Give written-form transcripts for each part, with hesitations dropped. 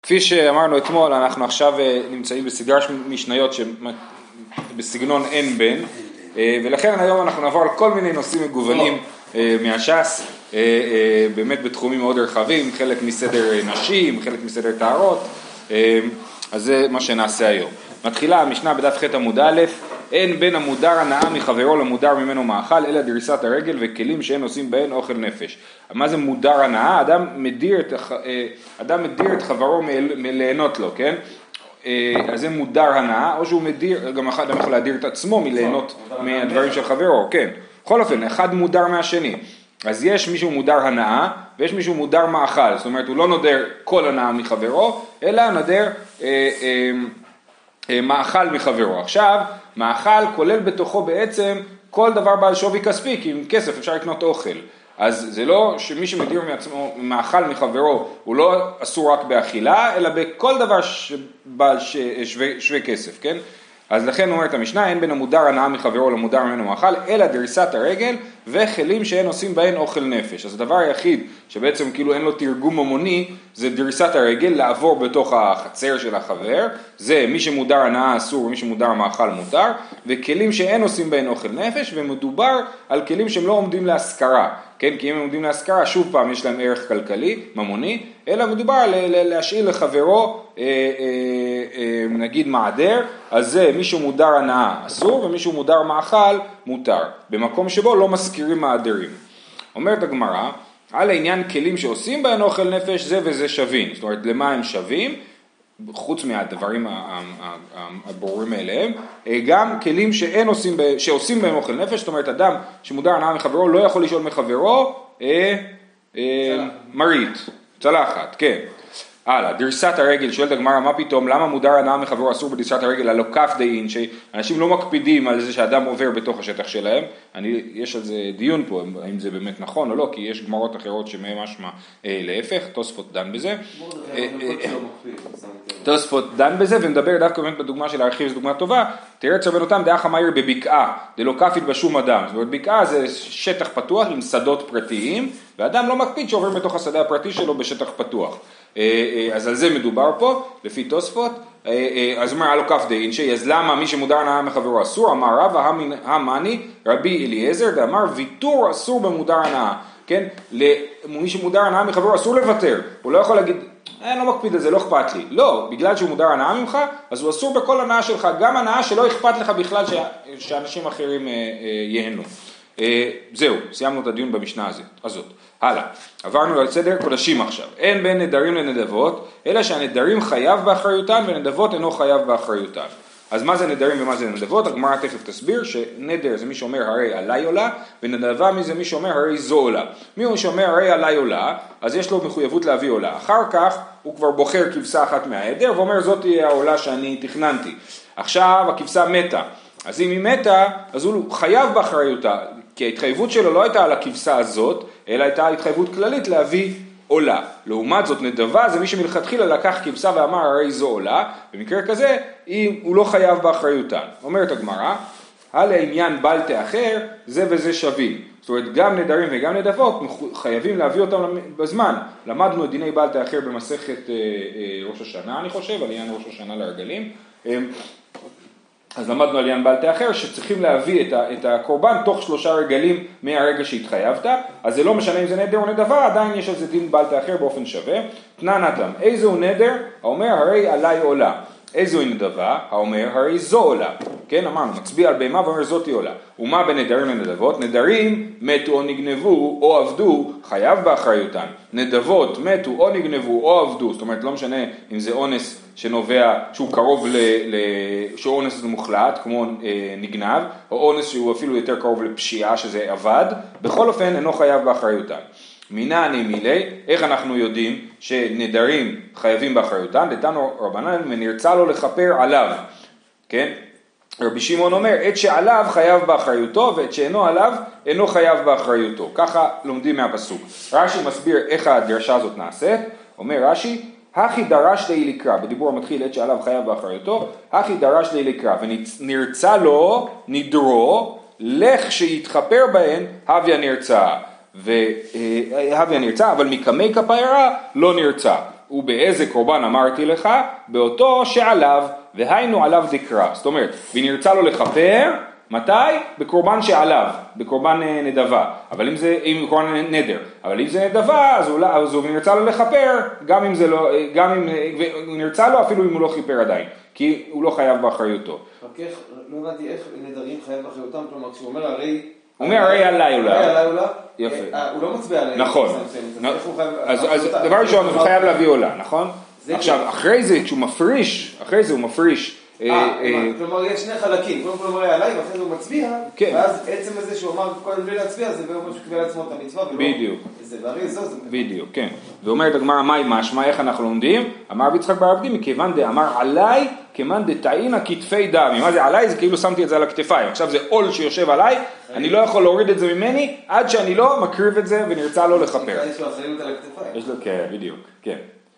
כפי שאמרנו אתמול, אנחנו עכשיו נמצאים בסדרה משניות בסגנון אין בן, ולכן היום אנחנו נעבור על כל מיני נושאים מגוונים מהש"ס, באמת בתחומים מאוד רחבים, חלק מסדר נשים, חלק מסדר טהרות, אז זה מה שנעשה היום. מתחילה המשנה בדף ח' עמוד א', אין בין המודר הנאה מחברו למודר ממנו מאכל, אלא דריסת הרגל וכלים שאין עושים בהן אוכל נפש. מה זה מודר הנאה? אדם מדיר את חברו מליהנות לו, כן? אז זה מודר הנאה, או שהוא מדיר, גם אדם יכול להדיר את עצמו מליהנות מהדברים של חברו, כן. בכל אופן, אחד מודר מהשני. אז יש מישהו מודר הנאה, ויש מישהו מודר מאכל, זאת אומרת, הוא לא נודר כל הנאה מחברו, אלא נודר מאכל מחברו. עכשיו, מאכל כולל בתוכו בעצם כל דבר בעל שווי כספי, כי עם כסף אפשר לקנות אוכל. אז זה לא שמי שמדיר מעצמו מאכל מחברו, הוא לא אסור רק באכילה, אלא בכל דבר בעל שווה כסף, כן? אז לכן אומרת המשנה, אין בין המודר הנאה מחברו למודר ממנו מאכל, אלא דריסת הרגל וכלים שאין עושים בהן אוכל נפש. אז הדבר היחיד שבעצם כאילו אין לו תרגום ממוני, זה דריסת הרגל, לעבור בתוך החצר של החבר, זה מי שמודר הנאה אסור ומי שמודר מאכל מותר, וכלים שאין עושים בהן אוכל נפש, ומדובר על כלים שהם לא עומדים להשכרה, כן? כי אם הם עומדים להשכרה, שוב פעם יש להם ערך כלכלי, ממוני, אלא מדובר להשאיל לחברו, נגיד מעדר, אז זה מישהו מודר הנאה אסור, ומישהו מודר מאכל מותר, במקום שבו לא מזכירים מעדרים. אומרת הגמרא, על העניין כלים שעושים בהם אוכל נפש, זה וזה שווים. זאת אומרת, למה הם שווים? חוץ מהדברים הברורים אליהם, גם כלים שעושים בהם אוכל נפש, זאת אומרת, אדם שמודר הנאה מחברו לא יכול לשאול מחברו מרית, צלחת, כן. הלאה, דריסת הרגל, שואלת הגמרא, מה פתאום, למה מודר הנאה מחברו אסור בדריסת הרגל, הלא כף דין, שאנשים לא מקפידים על זה שאדם עובר בתוך השטח שלהם, יש על זה דיון פה, האם זה באמת נכון או לא, כי יש גמרות אחרות שמהם משמע להפך, תוספות דן בזה, תוספות דן בזה, ונדבר דווקא באמת בדוגמה של הארכיב, זו דוגמה טובה, תראה צרבן אותם דעה חמאיר בבקעה, דלא כפית בשום אדם, זאת אומרת, בקעה זה שטח פתוח עם שדות פרטיים, ואדם לא מקפיד שעובר בתוך השדה הפרטי שלו בשטח פתוח. אז על זה מדובר פה, לפי תוספות, אז אומר הלא כף דין, אז למה מי שמודר הנאה מחברו אסור? אמר רב המאני רבי אליעזר, ואמר ויתור אסור במודר הנאה, כן? למי שמודר הנאה מחברו אסור לוותר, הוא לא יכול להגיד, אני לא מקפיד על זה, לא אכפת לי. לא, בגלל שהוא מודר הנאה ממך, אז הוא אסור בכל הנאה שלך, גם הנאה שלא אכפת לך בכלל שאנשים אחרים ייהנו. זהו, סיימנו את הדיון במשנה הזאת. הלאה, עברנו לסדר קודשים עכשיו. אין בין נדרים לנדבות, אלא שהנדרים חייב באחריותן ונדבות אינו חייב באחריותן. אז מה זה נדרים ומה זה נדבות? הגמרא תכף תסביר שנדר זה מי שאומר הרי עליי עולה, ונדבה מי זה מי שאומר הרי זו עולה. מי הוא שאומר הרי עליי עולה, אז יש לו מחויבות להביא עולה. אחר כך הוא כבר בוחר כבשה אחת מהעדר, ואומר זאת תהיה העולה שאני תכננתי. עכשיו הכבשה מתה, אז אם היא מתה, אז הוא חייב באחריותה, כי ההתחייבות שלו לא הייתה על הכבשה הזאת, אלא הייתה התחייבות כללית להביא עולה. לעומת זאת נדבה זה מי שמלכתחילה לקח כבשה ואמר הרי זו עולה, במקרה כזה הוא לא חייב באחריותן. אומרת הגמרא, על העניין בל תאחר זה וזה שווים. זאת אומרת גם נדרים וגם נדבות חייבים להביא אותם בזמן. למדנו את דיני בל תאחר במסכת ראש השנה אני חושב, על עניין ראש השנה להרגלים. אז למדנו על עניין בל תאחר שצריכים להביא את הקורבן תוך 3 רגלים מהרגע שהתחייבת, אז זה לא משנה אם זה נדר או נדבה, עדיין יש על זה דין בל תאחר באופן שווה. תננתם, איזה הוא נדר? האומר הרי עליי עולה. איזו היא נדבה? האומר הרי זו עולה. כן, אמרנו, מצביע על בהמה ואומר זאת היא עולה. ומה בין נדרים לנדבות? נדרים מתו או נגנבו או עבדו, חייב באחריותן. נדבות מתו או נגנבו או עבדו, זאת אומרת לא משנה אם זה אונס שנובע, שהוא קרוב שהוא אונס מוחלט, כמו נגנב, או אונס שהוא אפילו יותר קרוב לפשיעה שזה עבד, בכל אופן אינו חייב באחריותן. מינני מילי, איך אנחנו יודעים שנדרים חייבים באחריותן? דתנו רבנן ונרצה לו לכפר עליו, כן? רבי שמעון אומר, את שעליו חייב באחריותו, ואת שאינו עליו אינו חייב באחריותו. ככה לומדים מהפסוק. רש"י מסביר איך הדרשה הזאת נעשית, אומר רש"י, הכי דרש לי לקרא, בדיבור המתחיל את שעליו חייב באחריותו, הכי דרש לי לקרא, ונרצה לו נדרו, לך שיתחפר בהן, הביה נרצה. והביה נרצה, אבל מקמי כפרה לא נרצה. ובאיזה קורבן אמרתי לך? באותו שעליו, והיינו עליו דקרא. זאת אומרת, ונרצה לו לכפר, מתי? בקורבן שעליו, בקורבן נדבה, אבל אם זה, אם קורבן נדר, אבל אם זה נדבה, אז הוא נרצה לו לכפר, גם אם זה לא, גם אם, הוא נרצה לו אפילו אם הוא לא כיפר עדיין, כי הוא לא חייב באחריותו. רק איך, לא הבנתי איך נדרים חייב באחריותם, כלומר, כשהוא אומר הרי... הוא אומר הרי עליי אולי. יפה. הוא לא מצביע עליי. נכון. אז דבר ראשון, הוא חייב להביא עולה, נכון? עכשיו, אחרי זה, כשהוא מפריש, אחרי זה הוא מפריש, כלומר יש שני חלקים, קודם כל הוא מראה עליי ואחרי זה הוא מצביע, ואז עצם הזה שהוא אמר קודם בלי להצביע זה באופן שקיבל לעצמו את המצווה ולא בדיוק, והרי זו זה בדיוק, כן. ואומרת הגמרא מהי משמע, איך אנחנו לומדים? אמר רבי יצחק בר עבדי מכיוון דאמר עליי כמאן דתעינא כתפי דמי. מה זה עליי? זה כאילו שמתי את זה על הכתפיים, עכשיו זה עול שיושב עליי, אני לא יכול להוריד את זה ממני עד שאני לא מקריב את זה ונרצה לו לכפר. יש לו אחריות על הכתפיים. יש לו, כן, בדיוק, כן.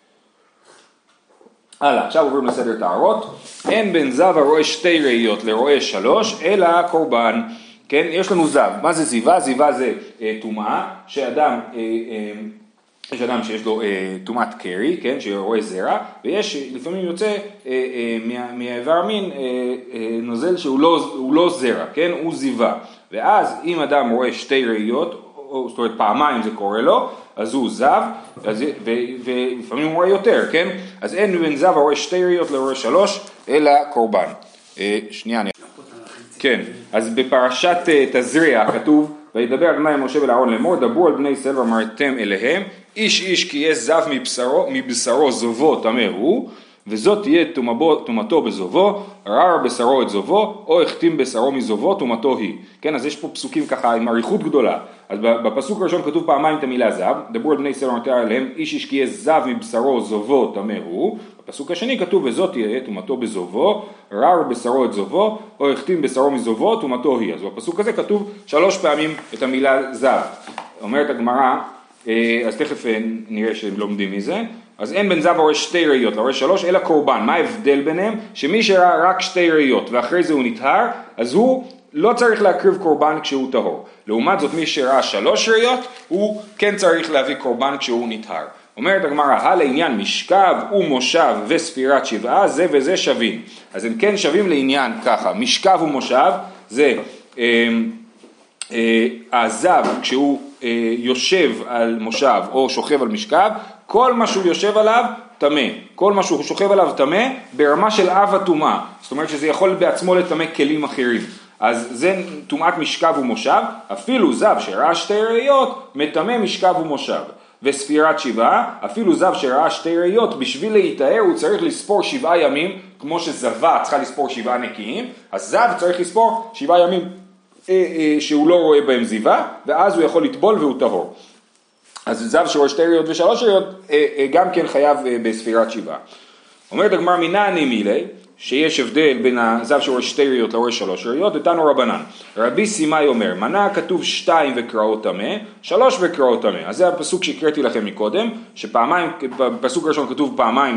הלאה, עכשיו עוברים לסדר טהרות. אין בן זב הרואה שתי ראיות לרואה שלוש, אלא קורבן. כן, יש לנו זב. מה זה זיבה? זיבה זה טומאה, שאדם, יש אדם שיש לו טומאת קרי, כן, שרואה זרע, ויש לפעמים יוצא מהאיבר מין נוזל שהוא לא זרע, כן, הוא זיבה. ואז אם אדם רואה שתי ראיות, זאת אומרת פעמיים זה קורה לו, אז הוא זב, ולפעמים הוא רואה יותר, כן? אז אין בן זב הרואה שתי ראיות לרואה שלוש, אלא קורבן. שנייה, כן, אז בפרשת תזריע כתוב, וידבר אדוני משה ולאהרון לאמור, דברו על בני ישראל ואמרתם אליהם, איש איש כי יש זב מבשרו זובו טמא הוא, וזאת תהיה טומאתו בזובו, רר בשרו את זובו, או החתים בשרו מזובו, טומאתו היא. כן, אז יש פה פסוקים ככה עם אריכות גדולה. אז בפסוק הראשון כתוב פעמיים את המילה זב, דברו על בני ישראל ואמרתם אליהם, איש איש כי יש זב מבשרו זובו טמא הוא. בפסוק השני כתוב, וזאת תהיה טומאתו בזובו, רר בשרו את זובו, או החתים בשרו מזובו, טומאתו היא. אז בפסוק הזה כתוב 3 פעמים את המילה זב. אומרת הגמרא, אז תכף נראה שהם לומדים מזה. אז אין בן זב הרואה שתי ראיות, לרואה שלוש, אלא קורבן. מה ההבדל ביניהם? שמי שראה רק שתי ראיות ואחרי זה הוא נטהר, אז הוא לא צריך להקריב קורבן כשהוא טהור. לעומת זאת מי שראה 3 ראיות, הוא כן צריך להביא קורבן כשהוא נטהר. אומרת הגמרא, לעניין משכב ומושב וספירת שבעה, זה וזה שווים. אז הם כן שווים לעניין ככה, משכב ומושב זה הזב כשהוא יושב על מושב או שוכב על משכב, כל מה שהוא יושב עליו טמא, כל מה שהוא שוכב עליו טמא ברמה של אב הטומאה, זאת אומרת שזה יכול בעצמו לטמא כלים אחרים, אז זה טומאת משכב ומושב, אפילו זב שראה 2 ראיות מטמא משכב ומושב. וספירת שבעה, אפילו זב שראה 2 ראיות, בשביל להיטהר הוא צריך לספור 7 ימים, כמו שזבה צריכה לספור 7 נקיים, אז זב צריך לספור 7 ימים שהוא לא רואה בהם זיבה, ואז הוא יכול לטבול והוא טהור. אז זב שרואה 2 ראיות ו3 ראיות, גם כן חייב בספירת שבעה. אומרת הגמרא מנעני מילי, שיש הבדל בין הזב שרואה 2 ראיות לרואה 3 ראיות, דתנו רבנן. רבי סימאי אומר, מנה כתוב 2 וקראות טמא, 3 וקראות טמא. אז זה הפסוק שהקראתי לכם מקודם, שפעמיים, בפסוק הראשון כתוב פעמיים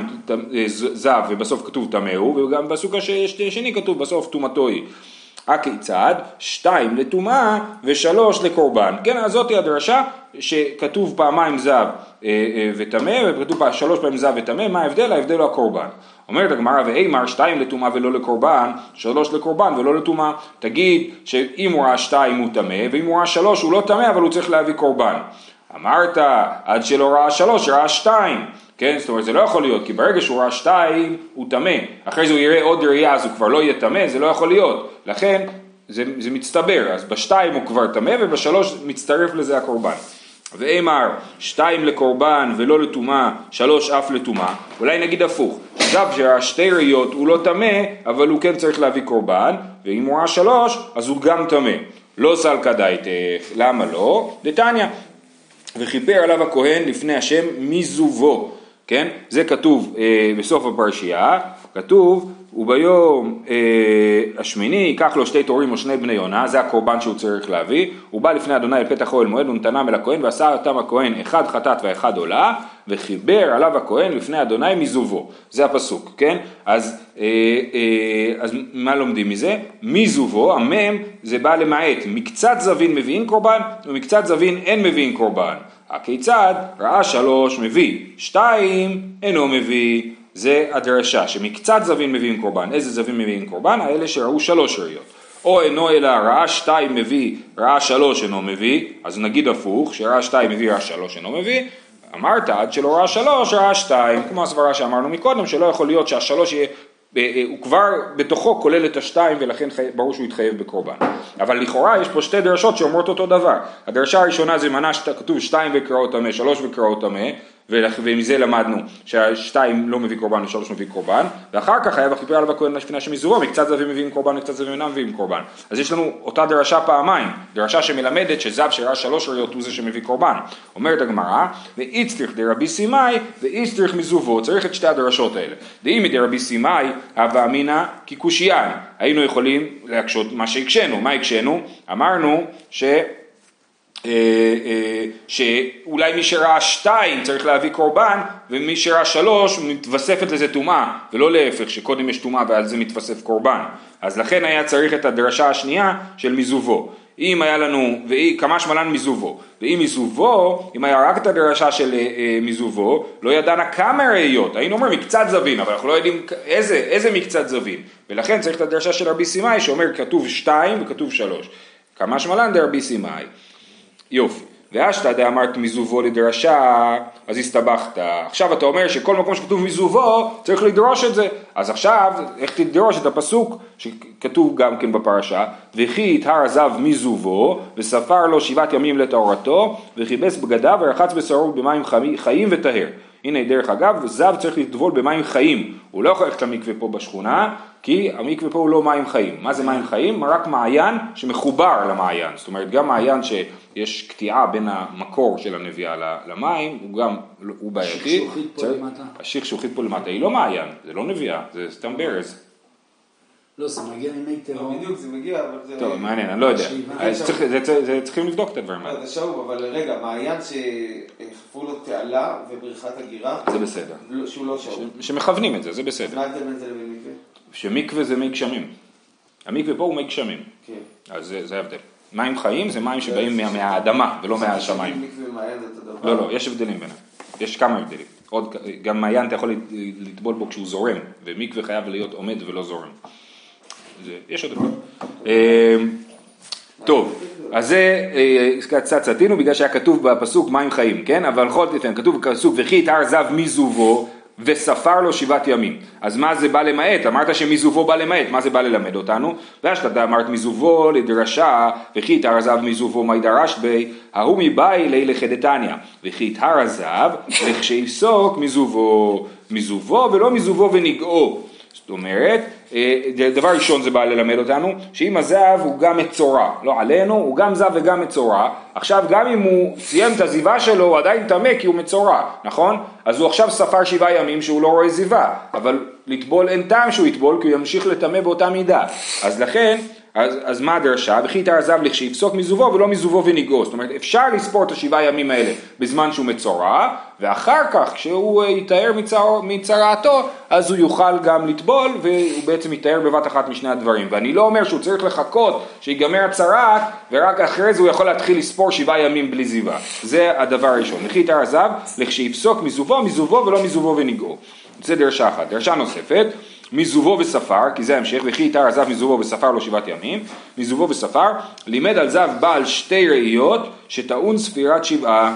זב ובסוף כתוב טמא הוא, וגם בפסוק השני כתוב בסוף טומאתו היא. הכיצד? 2 לטומאה ו3 לקורבן. כן, אז זאת היא הדרשה שכתוב פעמיים זב וטמא, וכתוב 3 פעמים זב וטמא, מה ההבדל? ההבדל הוא הקורבן. אומרת הגמרא, ואימר 2 לטומאה ולא לקורבן, 3 לקורבן ולא לטומאה. תגיד שאם הוא ראה 2 הוא טמא, ואם הוא ראה 3 הוא לא טמא, אבל הוא צריך להביא קורבן. אמרת, עד שלא ראה 3, ראה 2. כן, זאת אומרת, זה לא יכול להיות, כי ברגע שהוא ראה 2, הוא טמא. אחרי זה הוא יראה עוד ראייה, אז הוא כבר לא יהיה טמא, זה לא יכול להיות. לכן, זה מצטבר. אז ב2 הוא כבר טמא, וב3 מצטרף לזה הקורבן. ואמר, 2 לקורבן ולא לטומאה, 3 אף לטומאה. אולי נגיד הפוך. זב שראה 2 ראיות, הוא לא טמא, אבל הוא כן צריך להביא קורבן, ואם הוא ראה 3, אז הוא גם טמא. לא סלקא דייתך, למה לא? דתניא. וכיפר עליו הכהן לפני השם מזובו, כן? זה כתוב בסוף הפרשייה, כתוב, וביום השמיני ייקח לו 2 תורים או 2 בני יונה, זה הקורבן שהוא צריך להביא, הוא בא לפני אדוני אל פתח אוהל מועד ונתנם אל הכהן, ועשה אותם הכהן 1 חטאת ו1 עולה, וחיבר עליו הכהן לפני אדוני מזובו, זה הפסוק, כן? אז מה לומדים מזה? מזובו, המם, זה בא למעט, מקצת זבין מביאים קורבן, ומקצת זבין אין מביאים קורבן. הכיצד? ראה 3 מביא, 2 אינו מביא, זה הדרשה, שמקצת זווין מביאים קורבן. איזה זווין מביאים קורבן? האלה שראו 3 ראיות. או אינו אלא ראה 2 מביא, ראה 3 אינו מביא, אז נגיד הפוך, שראה 2 מביא, ראה 3 אינו מביא, אמרת עד שלא ראה 3, ראה 2, כמו הסברה שאמרנו מקודם, שלא יכול להיות שהשלוש יהיה, הוא כבר בתוכו כולל את השתיים, ולכן ברור שהוא יתחייב בקורבן. אבל לכאורה יש פה שתי דרשות שאומרות אותו דבר. הדרשה הראשונה זה מנה שכתוב 2 וקראות טמא, 3 וקראות טמא, ומזה למדנו שהשתיים לא מביא קורבן ושלוש מביא קורבן, ואחר כך חייב הכיפר עליו הכהן לפני שמזובו, מקצת זווים מביאים קורבן וקצת זווים אינם מביאים קורבן. אז יש לנו אותה דרשה פעמיים, דרשה שמלמדת שזב שראה 3 ראיות הוא זה שמביא קורבן. אומרת הגמרא, ואיצטריך דרבי סימאי ואיצטריך מזובו, צריך את שתי הדרשות האלה. דאימי דרבי סימאי הווה אמינא כקושיין, היינו יכולים להקשות מה שהקשנו. מה הקשנו? אמרנו שאולי מי שראה 2 צריך להביא קורבן, ומי שראה 3 מתווספת לזה טומאה, ולא להפך שקודם יש טומאה ועל זה מתווסף קורבן. אז לכן היה צריך את הדרשה השנייה של מזובו. אם היה לנו, כמה שמלן מזובו, ואם מזובו, אם היה רק את הדרשה של מזובו, לא ידענה כמה ראיות, היינו אומרים מקצת זווין, אבל אנחנו לא יודעים איזה מקצת זווין, ולכן צריך את הדרשה של רבי סימאי שאומר כתוב 2 וכתוב 3, כמה שמלן דרבי סימאי. יופי, ואשתא דאמרת מזובו לדרשה, אז הסתבכת. עכשיו אתה אומר שכל מקום שכתוב מזובו צריך לדרוש את זה. אז עכשיו איך תדרוש את הפסוק שכתוב גם כן בפרשה, וכי יטהר הזב מזובו וספר לו 7 ימים לטהרתו וכיבס בגדיו ורחץ בשערו במים חיים וטהר. הנה דרך אגב, זב צריך לטבול במים חיים, הוא לא יכול ללכת למקווה פה בשכונה, כי המקווה פה הוא לא מים חיים. מה זה מים חיים? רק מעיין שמחובר למעיין, זאת אומרת גם מעיין שיש קטיעה בין המקור של הנביאה למים, הוא בעייתי. שכשוכית פה למטה. השכשוכית פה למטה, היא לא מעיין, זה לא נביאה, זה סתם ברז. לא, זה מגיע ממי תהום. בדיוק, זה מגיע, אבל זה... טוב, מעניין, אני לא יודע. צריכים לבדוק את הדברים האלה. זה שאוב, אבל רגע, מעיין שחפרו לו תעלה ובריחת הגירה... זה בסדר. שהוא לא שאוב. שמכוונים את זה, זה בסדר. מה ההבדל בין זה לבין מקווה? שמקווה זה מי גשמים. המקווה פה הוא מי גשמים. כן. אז זה ההבדל. מים חיים זה מים שבאים מהאדמה ולא מהשמיים. מקווה ומעיין זה אותו דבר. לא, יש הבדלים ביניהם. יש כמה הבדלים. גם מעיין אתה יכול לטבול בו כשהוא זורם, ומקווה חייב להיות עומד ולא זורם. יש עוד דבר. טוב, אז זה קצת סתינו בגלל שהיה כתוב בפסוק מים חיים, כן? אבל בכל זאת כתוב בפסוק וכי יטהר זב מזובו וספר לו 7 ימים. אז מה זה בא למעט? אמרת שמזובו בא למעט, מה זה בא ללמד אותנו? ואשתא אמרת מזובו לדרשה וכי יטהר זב מזובו מה דרשת בי, ההוא מבאי לילה חדתניא וכי יטהר זב לכשיפסוק מזובו ולא מזובו ונגעו. זאת אומרת, דבר ראשון זה בא ללמד אותנו, שאם הזב הוא גם מצורע, לא עלינו, הוא גם זב וגם מצורע, עכשיו גם אם הוא סיים את הזיבה שלו, הוא עדיין טמא כי הוא מצורע, נכון? אז הוא עכשיו ספר 7 ימים שהוא לא רואה זיבה, אבל לטבול אין טעם שהוא יטבול, כי הוא ימשיך לטמא באותה מידה. אז לכן, אז מה הדרשה? וכי יטהר זב לכשיפסוק מזובו ולא מזובו ונגעו. זאת אומרת, אפשר לספור את 7 ימים האלה בזמן שהוא מצורע, ואחר כך כשהוא יטהר מצרעתו, אז הוא יוכל גם לטבול, והוא בעצם יטהר בבת אחת משני הדברים. ואני לא אומר שהוא צריך לחכות שיגמר הצרעת, ורק אחרי זה הוא יכול להתחיל לספור 7 ימים בלי זיבה. זה הדבר הראשון. וכי יטהר זב לכשיפסוק מזובו ולא מזובו ונגעו. זה דרשה אחת. דרשה נוספת, מזובו וספר, כי זה ההמשך, וכי יטהר הזב מזובו וספר לו 7 ימים, מזובו וספר, לימד על זב בעל 2 ראיות שטעון ספירת 7.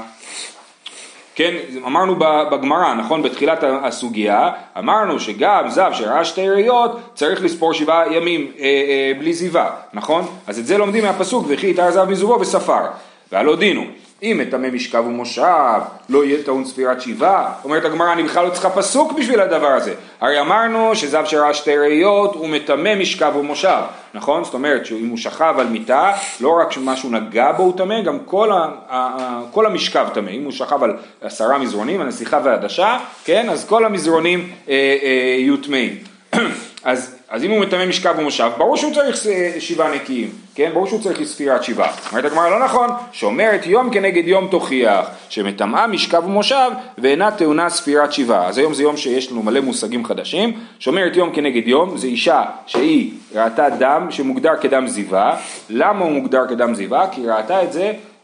כן, אמרנו בגמרא, נכון, בתחילת הסוגיה, אמרנו שגם זב שראה 2 ראיות צריך לספור 7 ימים בלי זיבה, נכון? אז את זה לומדים מהפסוק, וכי יטהר זב מזובו וספר, והלא דינו. אם מטמא משכב ומושב, לא יהיה טעון ספירת 7, אומרת הגמרא, אני בכלל לא צריכה פסוק בשביל הדבר הזה. הרי אמרנו שזב שראה 2 ראיות, הוא מטמא משכב ומושב, נכון? זאת אומרת שאם הוא שכב על מיטה, לא רק שמשהו נגע בו הוא טמא, גם כל המשכב טמא. אם הוא שכב על 10 מזרונים, הנסיכה והעדשה, כן? אז כל המזרונים יהיו טמאים. אז אם הוא מטמא משכב ומושב, ברור שהוא צריך 7 נקיים, כן? ברור שהוא צריך ספירת 7. אומרת הגמרא, לא נכון, שאומרת יום כנגד יום תוכיח, שמטמאה משכב ומושב ואינה טעונה ספירת 7. אז היום זה יום שיש לנו מלא מושגים חדשים, שאומרת יום כנגד יום, זה אישה שהיא ראתה דם שמוגדר כדם זיווה. למה הוא מוגדר כדם זיווה? כי ראתה את זה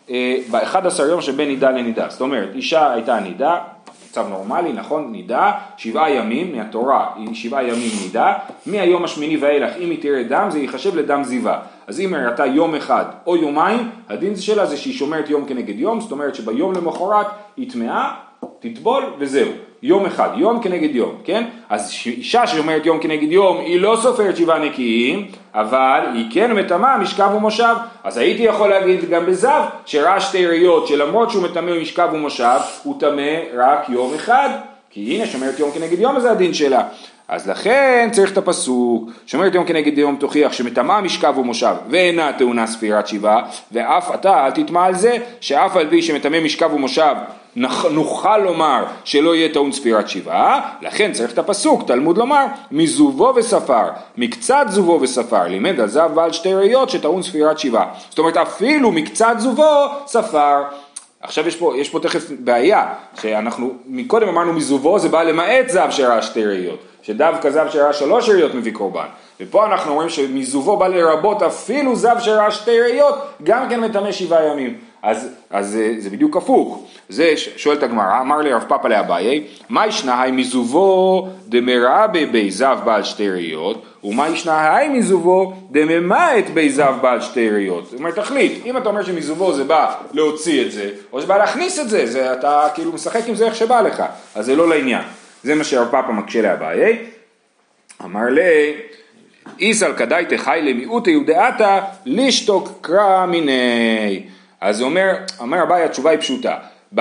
ב-11 יום שבין נידה לנידה. זאת אומרת, אישה הייתה נידה, מצב נורמלי, נכון, נידה, 7 ימים מהתורה, 7 ימים נידה, מהיום השמיני ואילך, אם היא תראה דם, זה ייחשב לדם זיווה. אז אם הראתה יום אחד או יומיים, הדין שלה זה שהיא שומרת יום כנגד יום, זאת אומרת שביום למחרת היא טמאה, תטבול וזהו. יום אחד, יום כנגד יום, כן? אז אישה ששומרת יום כנגד יום, היא לא סופרת 7 נקיים, אבל היא כן מטמאה משכב ומושב. אז הייתי יכול להגיד גם בזב, שראה 2 ראיות, שלמרות שהוא מטמא משכב ומושב, הוא טמא רק יום אחד, כי הנה שומרת יום כנגד יום, זה הדין שלה. אז לכן צריך את הפסוק, שומרת יום כנגד יום תוכיח שמטמאה משכב ומושב ואינה טעונה ספירת 7, ואף אתה אל תטמא על זה, שאף על פי שמטמא משכב ומושב נוכל לומר שלא יהיה טעון ספירת 7, לכן צריך את הפסוק, תלמוד לומר, מזובו וספר, מקצת זובו וספר, לימד על זב בעל 2 ראיות שטעון ספירת 7, זאת אומרת אפילו מקצת זובו ספר. עכשיו יש פה תכף בעיה, שאנחנו מקודם אמרנו מזובו זה בא למעט זב שראה 2 ראיות, שדווקא זב שראה 3 ראיות מביא קורבן, ופה אנחנו אומרים שמזובו בא לרבות אפילו זב שראה 2 ראיות, גם כן מטמא 7 ימים. אז זה בדיוק הפוך. זה שואלת הגמרא, אמר לי רב פאפא לאביי, מה ישנה היי מזובו דמרבה בי זב בעל 2 ראיות, ומה ישנה היי מזובו דממעט בי זב בעל 2 ראיות. זאת אומרת, תחליט, אם אתה אומר שמזובו זה בא להוציא את זה, או זה בא להכניס את זה, אתה כאילו משחק עם זה איך שבא לך, אז זה לא לעניין. זה מה שרב פאפא מקשה לאביי. אמר לי, איסל כדאי תחי למיעוט יהודעתה לשתוק קרא מיני. אז אומר אביי, התשובה היא פשוטה.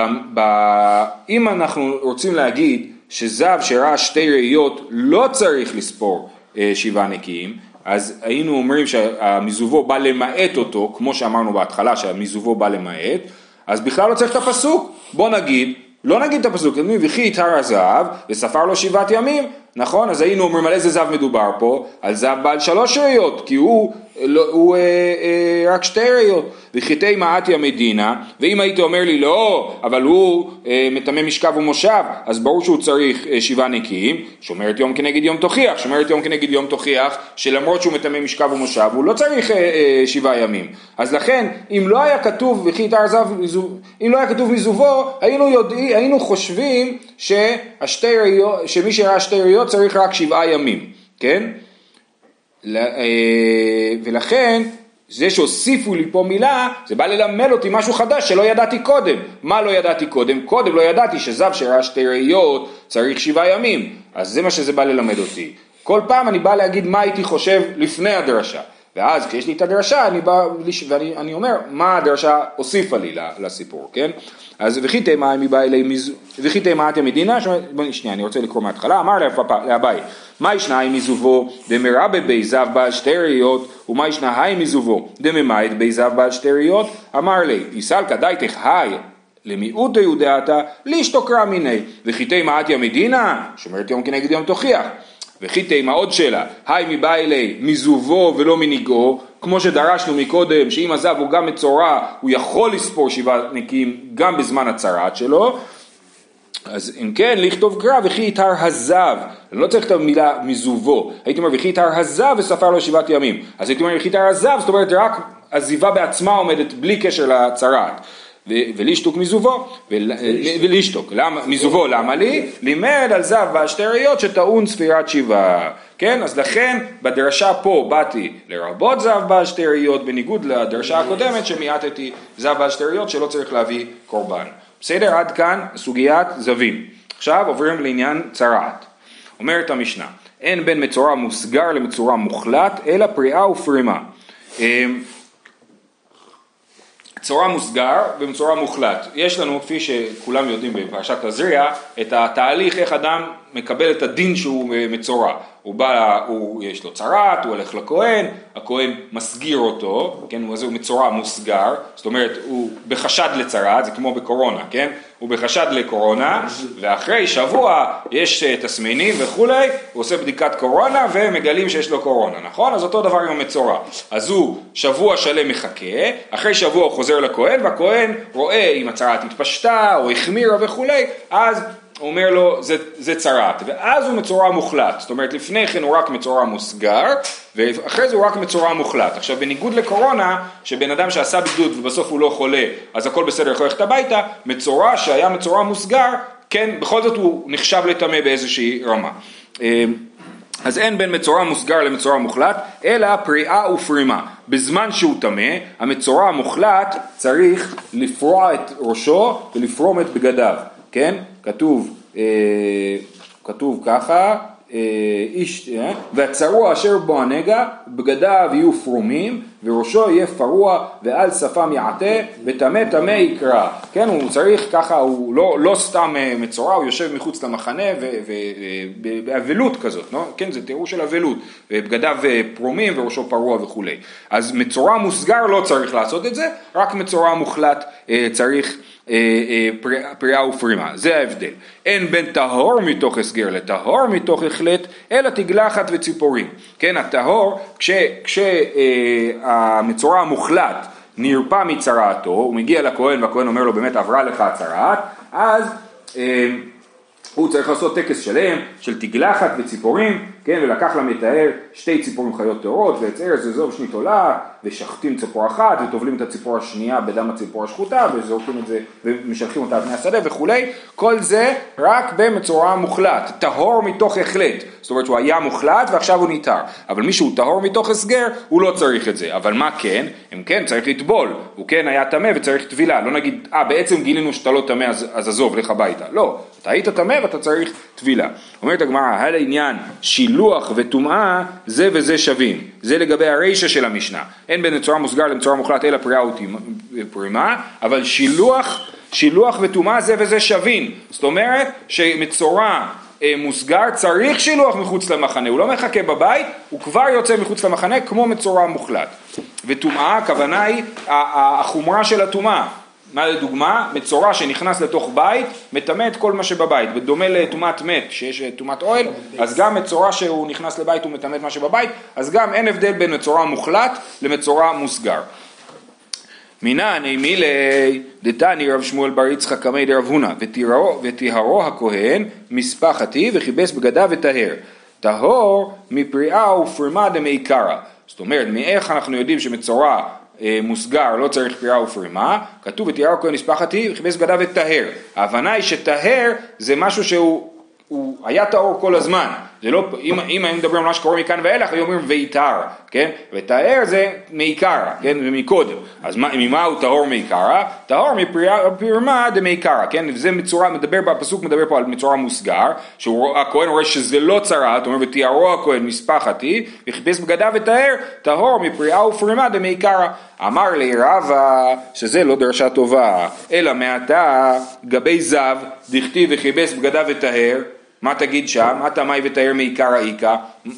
אם אנחנו רוצים להגיד שזב שראה 2 ראיות לא צריך לספור 7 נקיים, אז היינו אומרים שהמזובו בא למעט אותו, כמו שאמרנו בהתחלה שהמזובו בא למעט, אז בכלל לא צריך את הפסוק. בוא נגיד, לא נגיד את הפסוק, וכי יטהר הזב וספר לו 7 ימים, נכון? אז היינו אומרים על איזה זב מדובר פה, על זב בעל 3 ראיות, כי הוא רק 2 ראיות. וחיתי מעטיה מדינה, ואם היית אומר לי לא, אבל הוא מטמא משכב ומושב, אז ברור שהוא צריך 7 נקיים, שומרת יום כנגד יום תוכיח, שומרת יום כנגד יום תוכיח, שלמרות שהוא מטמא משכב ומושב, הוא לא צריך 7 ימים. אז לכן, אם לא היה כתוב וחיתי הזב, אם לא היה כתוב מזובו, היינו חושבים שמי שראה 2 ראיות צריך רק 7 ימים, כן? ולכן זה שהוסיפו לי פה מילה, זה בא ללמד אותי משהו חדש שלא ידעתי קודם. מה לא ידעתי קודם? קודם לא ידעתי שזב שראה 2 ראיות צריך 7 ימים, אז זה מה שזה בא ללמד אותי. כל פעם אני בא להגיד מה הייתי חושב לפני הדרשה, ואז כשיש לי את הדרשה אני אומר מה הדרשה הוסיפה לי לסיפור, כן? אז וכי תימאת המדינה, שנייה, אני רוצה לקרוא מההתחלה, אמר לאביי, מה ישנה היי מזובו דמרבה בי זב בעל 2 ראיות, ומה ישנה היי מזובו דממעט בי זב בעל 2 ראיות, אמר לי, יסל כדאיתך היי למיעוט יהודעתה לשתוק קרא מיני, וכי תימאת המדינה, שומרת יום כנגד יום תוכיח, וכי תימא עוד שאלה, היי מבאי לי מזובו ולא מנגעו, כמו שדרשנו מקודם, שאם הזב הוא גם מצורע, הוא יכול לספור 7 נקיים גם בזמן הצרת שלו, אז אם כן, לכתוב קרא וכי יטהר הזב, אני לא צריך את המילה מזובו, הייתי אומר וכי יטהר הזב וספר לו 7 ימים, אז הייתי אומר וכי יטהר הזב, זאת אומרת רק הזיבה בעצמה עומדת בלי קשר לצרת, ולשתוק מזובו, ולשתוק, מזובו למה לי? לימד על זב בעל 2 ראיות שטעון ספירת 7, כן? אז לכן בדרשה פה באתי לרבות זב בעל 2 ראיות, בניגוד לדרשה הקודמת שמיעטתי זב בעל 2 ראיות שלא צריך להביא קורבן. בסדר? עד כאן סוגיית זבים. עכשיו עוברים לעניין צרעת. אומרת המשנה, אין בין מצורע מוסגר למצורע מוחלט, אלא פריאה ופרימה. מצורע מוסגר ומצורע מוחלט. יש לנו, כפי שכולם יודעים בפרשת תזריע, את התהליך איך אדם מקבל את הדין שהוא מצורע. יש לו צרעת, הוא הולך לכהן, הכהן מסגיר אותו, כן, הוא מצורע מוסגר, זאת אומרת הוא בחשד לצרעת, זה כמו בקורונה, כן, הוא בחשד לקורונה, ואחרי שבוע יש תסמינים וכולי, הוא עושה בדיקת קורונה ומגלים שיש לו קורונה, נכון? אז אותו דבר עם המצורע, אז הוא שבוע שלם מחכה, אחרי שבוע הוא חוזר לכהן, והכהן רואה אם הצרעת התפשטה או החמירה וכולי, אז הוא אומר לו זה צרעת, ואז הוא מצורע מוחלט, זאת אומרת לפני כן הוא רק מצורע מוסגר, ואחרי זה הוא רק מצורע מוחלט. עכשיו בניגוד לקורונה, שבן אדם שעשה בידוד ובסוף הוא לא חולה, אז הכל בסדר, יכול ללכת הביתה, מצורע שהיה מצורע מוסגר, כן, בכל זאת הוא נחשב לטמא באיזושהי רמה. אז אין בין מצורע מוסגר למצורע מוחלט, אלא פריאה ופרימה. בזמן שהוא טמא, המצורע המוחלט צריך לפרוע את ראשו ולפרום את בגדיו. כן? כתוב ככה, והצרוע אשר בו הנגע, בגדיו יהיו פרומים, וראשו יהיה פרוע, ועל שפם יעטה, וטמא טמא יקרא. כן, הוא צריך ככה, הוא לא סתם מצורע, הוא יושב מחוץ למחנה, ובאבלות כזאת, כן, זה תיאור של אבלות, ובגדיו פרומים, וראשו פרוע וכו'. אז מצורע מוסגר לא צריך לעשות את זה, רק מצורע מוחלט צריך פריאה ופרימה, זה ההבדל. אין בין טהור מתוך הסגר לטהור מתוך החלט, אלא תגלחת וציפורים. כן, הטהור, כשהמצורע המוחלט נרפא מצרעתו, הוא מגיע לכהן והכהן אומר לו באמת עברה לך הצרעת, אז הוא צריך לעשות טקס שלם של תגלחת וציפורים, כן, ולקח למטהר 2 ציפורים חיות טהורות, ועצר זזוב שנית עולה, ושחטים ציפור אחת, וטובלים את הציפור השנייה בדם הציפור השחוטה, וזורקים את זה, ומשלחים אותה על פני השדה וכולי. כל זה רק במצורע מוחלט, טהור מתוך החלט. זאת אומרת שהוא היה מוחלט ועכשיו הוא ניתר. אבל מי שהוא טהור מתוך הסגר, הוא לא צריך את זה. אבל מה כן? אם כן, צריך לטבול. הוא כן היה טמא וצריך טבילה. לא נגיד, בעצם גילינו שאתה לא טמא, אז עזוב, לך הביתה. לא, אתה היית טמא ואתה צריך טבילה. אומרת הגמרא, על העניין שילוח וטומאה, זה וזה שווים. זה לגבי הרישה של המשנה. אין בין מצורע מוסגר למצורע מוחלט אלא פריאה ופרימה, אבל שילוח וטומאה זה וזה שווים. זאת אומרת שמצורע מוסגר צריך שילוח מחוץ למחנה, הוא לא מחכה בבית, הוא כבר יוצא מחוץ למחנה כמו מצורע מוחלט. וטומאה, הכוונה היא החומרה של הטומאה. מה לדוגמה? מצורע שנכנס לתוך בית, מטמא את כל מה שבבית, בדומה לטומאת מת, שיש טומאת אוהל, אז גם מצורע שהוא נכנס לבית הוא מטמא את מה שבבית, אז גם אין הבדל בין מצורע מוחלט למצורע מוסגר. מינן מילי דתני רב שמואל בר יצחק קמי דרב הונא, וטיהרו הכהן מספחתי וכיבס בגדיו וטהר. טהור מפריאה ופרימה דמעיקרא. זאת אומרת, מאיך אנחנו יודעים שמצורע מוסגר לא צריך פריאה ופרימה? כתוב ותיאר הכהן מספחתי וכיבס בגדיו וטהר. ההבנה היא שטהר זה משהו שהוא היה טהור כל הזמן. זה לא, אם הם מדברים על מה שקורה מכאן ואילך, הם אומרים ויתר, כן? וטהר זה מעיקרא, כן? ומקודם. אז ממה הוא טהור מעיקרא? טהור מפרימה דמעיקרא, כן? וזה מצורע, הפסוק מדבר פה על מצורע מוסגר, שהכהן רואה שזה לא צרעת, הוא אומר ותיארו הכהן מספחתי, וחיפש בגדיו וטהר, טהור מפריאה ופרימה דמעיקרא. אמר לי רבא שזה לא דרשה טובה, אלא מעתה גבי זב, דכתיב וחיפש בגדיו וטהר, מה תגיד שם? אתה מאי וטהר מעיקרא איקא?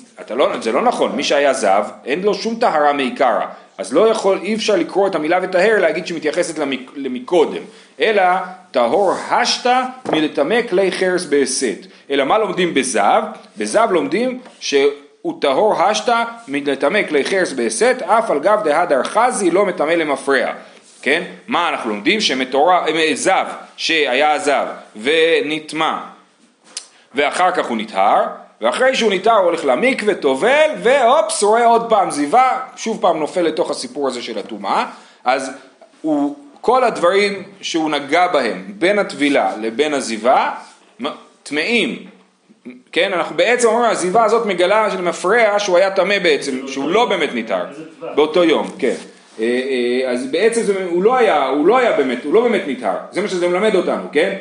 זה לא נכון, מי שהיה זב, אין לו שום טהרה מעיקרא, אז אי אפשר לקרוא את המילה וטהר להגיד שמתייחסת למקודם, אלא טהור השתא מלטמא כלי חרס בהסת. אלא מה לומדים בזב? בזב לומדים שהוא טהור השתא מלטמא כלי חרס בהסת, אף על גב דהדר חזי לא מטמא למפרע. כן? מה אנחנו לומדים? זב, שהיה זב ונטמא ואחר כך הוא נטהר, ואחרי שהוא נטהר הוא הולך למקווה, טובל, ואופס, רואה עוד פעם זיווה, שוב פעם נופל לתוך הסיפור הזה של הטומאה. אז כל הדברים שהוא נגע בהם, בין הטבילה לבין הזיווה, טמאים. כן, אנחנו בעצם אומרים, הזיווה הזאת מגלה של מפרע שהוא היה טמא בעצם, שהוא לא באמת נטהר, באותו יום, כן. אז בעצם הוא לא באמת נטהר, זה מה שזה מלמד אותנו, כן?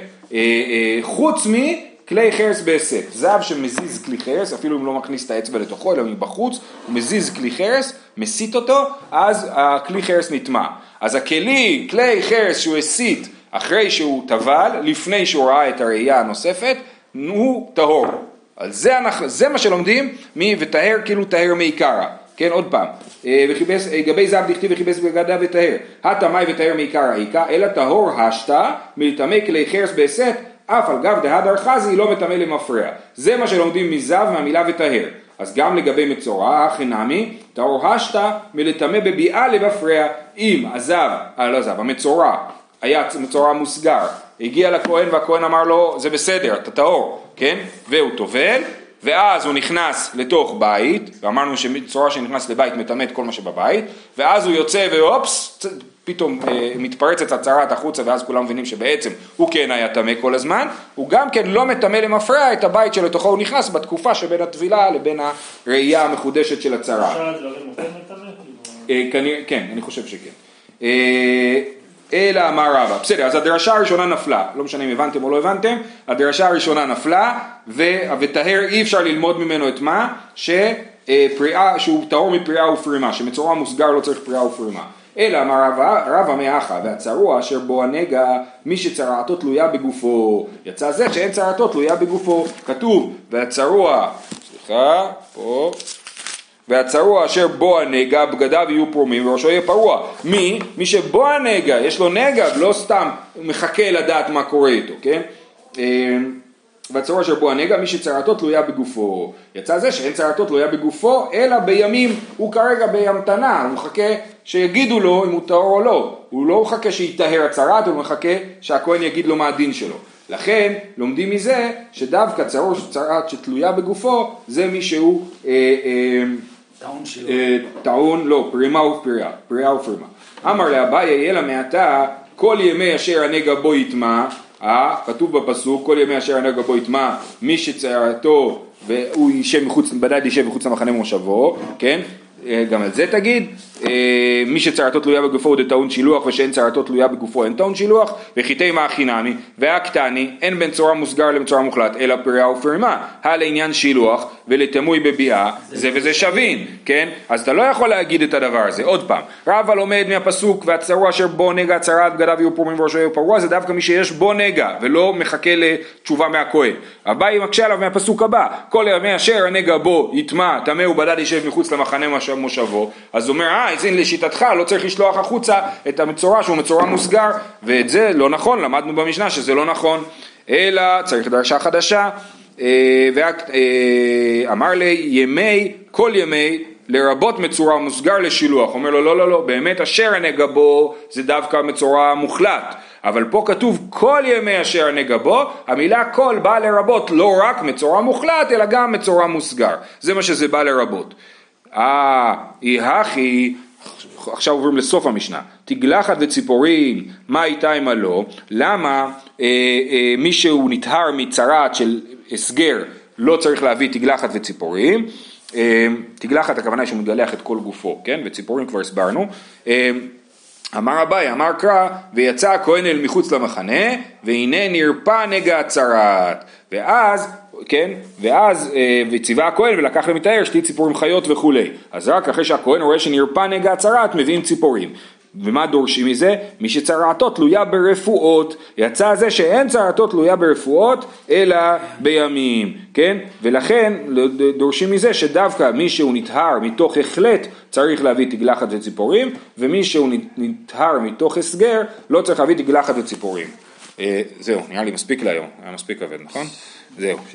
חוץ כלי חרס בהסת, זב שמזיז כלי חרס, אפילו אם לא מכניס את האצבע לתוכו, אלא מבחוץ, הוא מזיז כלי חרס, מסית אותו, אז הכלי חרס נטמא. אז כלי חרס שהוא הסית אחרי שהוא טבל, לפני שהוא ראה את הראייה הנוספת, הוא טהור. אז זה מה שלומדים, וטהר כאילו טהר מעיקרא. כן, עוד פעם, גבי זב דכתיב וכיבס בגדיו וטהר, הטמאי וטהר מעיקרא איקא, אלא טהור השתא מלטמא כלי חרס בהסת, אף על גב דהדר חזי לא מטמא למפרע. זה מה שלומדים מזב מהמילה וטהר. אז גם לגבי מצורע, החינמי, טהור השתא מלטמא בביאה למפרע. אם המצורע היה מצורע מוסגר, הגיע לכהן והכהן אמר לו זה בסדר, אתה טהור, כן? והוא טובל, ואז הוא נכנס לתוך בית, ואמרנו שצורה שנכנס לבית מטמאת כל מה שבבית, ואז הוא יוצא ואופס, פתאום מתפרצת הצרת החוצה, ואז כולם מבינים שבעצם הוא כן היה טמא כל הזמן, הוא גם כן לא מטמא למפרע את הבית שלתוכו הוא נכנס בתקופה שבין הטבילה לבין הראייה המחודשת של הצרה. כן, אני חושב שכן. אלא אמר רבא, בסדר, אז הדרשה הראשונה נפלה, לא משנה אם הבנתם או לא הבנתם, הדרשה הראשונה נפלה, וטהר אי אפשר ללמוד ממנו את מה? שהוא טהור מפריעה ופרימה, שמצורע מוסגר לא צריך פריעה ופרימה. אלא אמר רבא מאחה, והצרוע אשר בו הנגע, מי שצרעתו תלויה בגופו, יצא זה שאין צרעתו תלויה בגופו, כתוב, והצרוע אשר בו הנגע, בגדיו יהיו פרומים וראשו יהיה פרוע. מי שבו הנגע, יש לו נגע, לא סתם מחכה לדעת מה קורה איתו, כן? והצרוע אשר בו הנגע, מי שצרעתו תלויה בגופו. יצא זה שאין צרעתו תלויה בגופו, אלא בימים, הוא כרגע בהמתנה, הוא מחכה שיגידו לו אם הוא טהור או לא. הוא לא מחכה שיטהר הצרעת, הוא מחכה שהכהן יגיד לו מה הדין שלו. לכן לומדים מזה שדווקא צרעת שתלויה בגופו, זה מי שהוא טעון, לא, פרימה ופרימה. אמר לאביי יהיה מעתה, כל ימי אשר הנגע בו יטמע, כתוב בפסוק, כל ימי אשר הנגע בו יטמע, מי שצרעתו והוא יישב מחוץ, בדד יישב מחוץ למחנה מושבו, כן? גם על זה תגיד, מי שצרעתו תלויה בגופו הוא טעון שילוח, ושאין צרעתו תלויה בגופו אין טעון שילוח, וחיטי מאכינמי והקטני אין בין צורה מוסגר למצורה מוחלט אלא פריעה ופרימה, לעניין שילוח ולתמוי בביאה זה וזה שווין, כן? אז אתה לא יכול להגיד את הדבר הזה. עוד פעם, רבא לומד מהפסוק והצרוע אשר בו נגע צרעת בגדיו יהיו פרומים וראשו יהיה פרוע, זה דווקא מי שיש בו נגע ולא מחכה לתשובה מהכהן. אביי מקשה עליו מהפסוק הבא, כל ימי אשר הנגע בו יטמע טמא ובדד יישב מחוץ למחנה מושבו, אז הוא אומר, לשיטתך לא צריך לשלוח החוצה את המצורע שהוא מצורע מוסגר, ואת זה לא נכון, למדנו במשנה שזה לא נכון, אלא צריך דרשה חדשה, אמר לי כל ימי לרבות מצורע מוסגר לשילוח, אומר לו לא, באמת אשר הנגע בו זה דווקא מצורע מוחלט, אבל פה כתוב כל ימי אשר הנגע בו, המילה כל באה לרבות לא רק מצורע מוחלט אלא גם מצורע מוסגר, זה מה שזה בא לרבות. יהכי, עכשיו עוברים לסוף המשנה, תגלחת וציפורים, מה איתה עם הלא? למה מי שהוא נטהר מצרעת של הסגר לא צריך להביא תגלחת וציפורים? תגלחת הכוונה שהוא מגלח את כל גופו, כן? וציפורים כבר הסברנו. אמר אביי, אמר קרא, ויצא הכהן אל מחוץ למחנה, והנה נרפא נגע הצרעת. ואז וציווה הכהן ולקח למטהר שתי ציפורים חיות וכו'. אז רק אחרי שהכהן רואה שנרפא נגע הצרעת מביאים ציפורים. ומה דורשים מזה? מי שצרעתו תלויה ברפואות, יצא זה שאין צרעתו תלויה ברפואות אלא בימים, כן? ולכן דורשים מזה שדווקא מי שהוא נטהר מתוך החלט צריך להביא תגלחת וציפורים, ומי שהוא נטהר מתוך הסגר לא צריך להביא תגלחת וציפורים. זהו, נראה לי מספיק להיום, היה מספיק כבד, נכון? זהו.